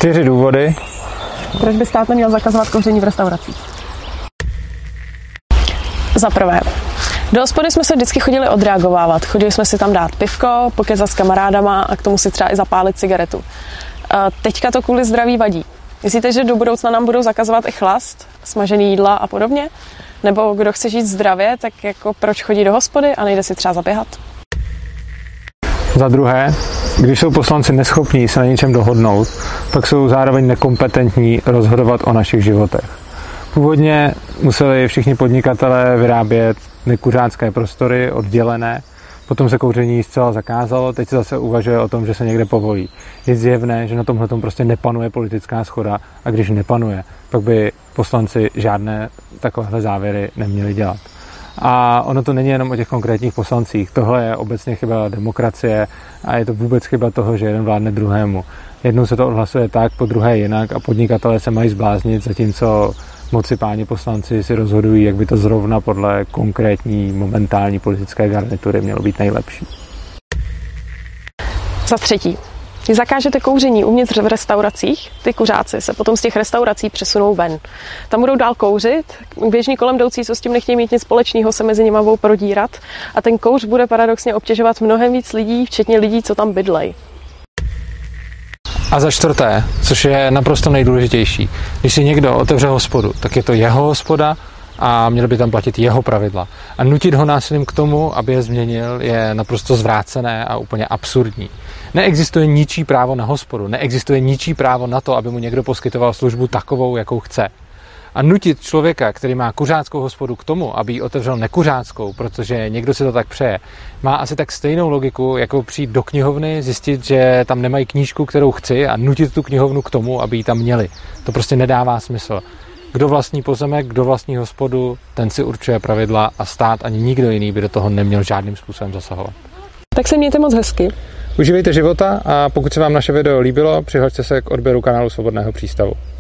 4 důvody, proč by stát neměl zakazovat kouření v restauracích. Za prvé, do hospody jsme se vždycky chodili odreagovávat. Chodili jsme si tam dát pivko, pokecat s kamarádama a k tomu si třeba i zapálit cigaretu. Teďka to kvůli zdraví vadí. Myslíte, že do budoucna nám budou zakazovat i chlast, smažený jídla a podobně? Nebo kdo chce žít zdravě, tak jako proč chodí do hospody a nejde si třeba zaběhat? Za druhé, když jsou poslanci neschopní se na něčem dohodnout, pak jsou zároveň nekompetentní rozhodovat o našich životech. Původně museli všichni podnikatelé vyrábět nekuřácké prostory oddělené, potom se kouření zcela zakázalo, teď se zase uvažuje o tom, že se někde povolí. Je zjevné, že na tomhle prostě nepanuje politická shoda a když nepanuje, pak by poslanci žádné takovéhle závěry neměli dělat. A ono to není jenom o těch konkrétních poslancích. Tohle je obecně chyba demokracie a je to vůbec chyba toho, že jeden vládne druhému. Jednou se to odhlasuje tak, po druhé jinak a podnikatelé se mají zbláznit, zatímco moci páni poslanci si rozhodují, jak by to zrovna podle konkrétní momentální politické garnitury mělo být nejlepší. Za třetí, když zakážete kouření uvnitř v restauracích, ty kuřáci se potom z těch restaurací přesunou ven. Tam budou dál kouřit, běžní kolem jdoucí, co s tím nechtějí mít nic společného, se mezi nimi budou prodírat a ten kouř bude paradoxně obtěžovat mnohem víc lidí, včetně lidí, co tam bydlej. A za čtvrté, což je naprosto nejdůležitější, když si někdo otevře hospodu, tak je to jeho hospoda a měly by tam platit jeho pravidla. A nutit ho násilím k tomu, aby je změnil, je naprosto zvrácené a úplně absurdní. Neexistuje ničí právo na hospodu, neexistuje ničí právo na to, aby mu někdo poskytoval službu takovou, jakou chce. A nutit člověka, který má kuřáckou hospodu k tomu, aby ji otevřel nekuřáckou, protože někdo si to tak přeje, má asi tak stejnou logiku, jako přijít do knihovny, zjistit, že tam nemají knížku, kterou chci a nutit tu knihovnu k tomu, aby ji tam měli. To prostě nedává smysl. Kdo vlastní pozemek, kdo vlastní hospodu, ten si určuje pravidla a stát ani nikdo jiný by do toho neměl žádným způsobem zasahovat. Tak se mějte moc hezky. Užívejte života a pokud se vám naše video líbilo, přihlašte se k odběru kanálu Svobodného přístavu.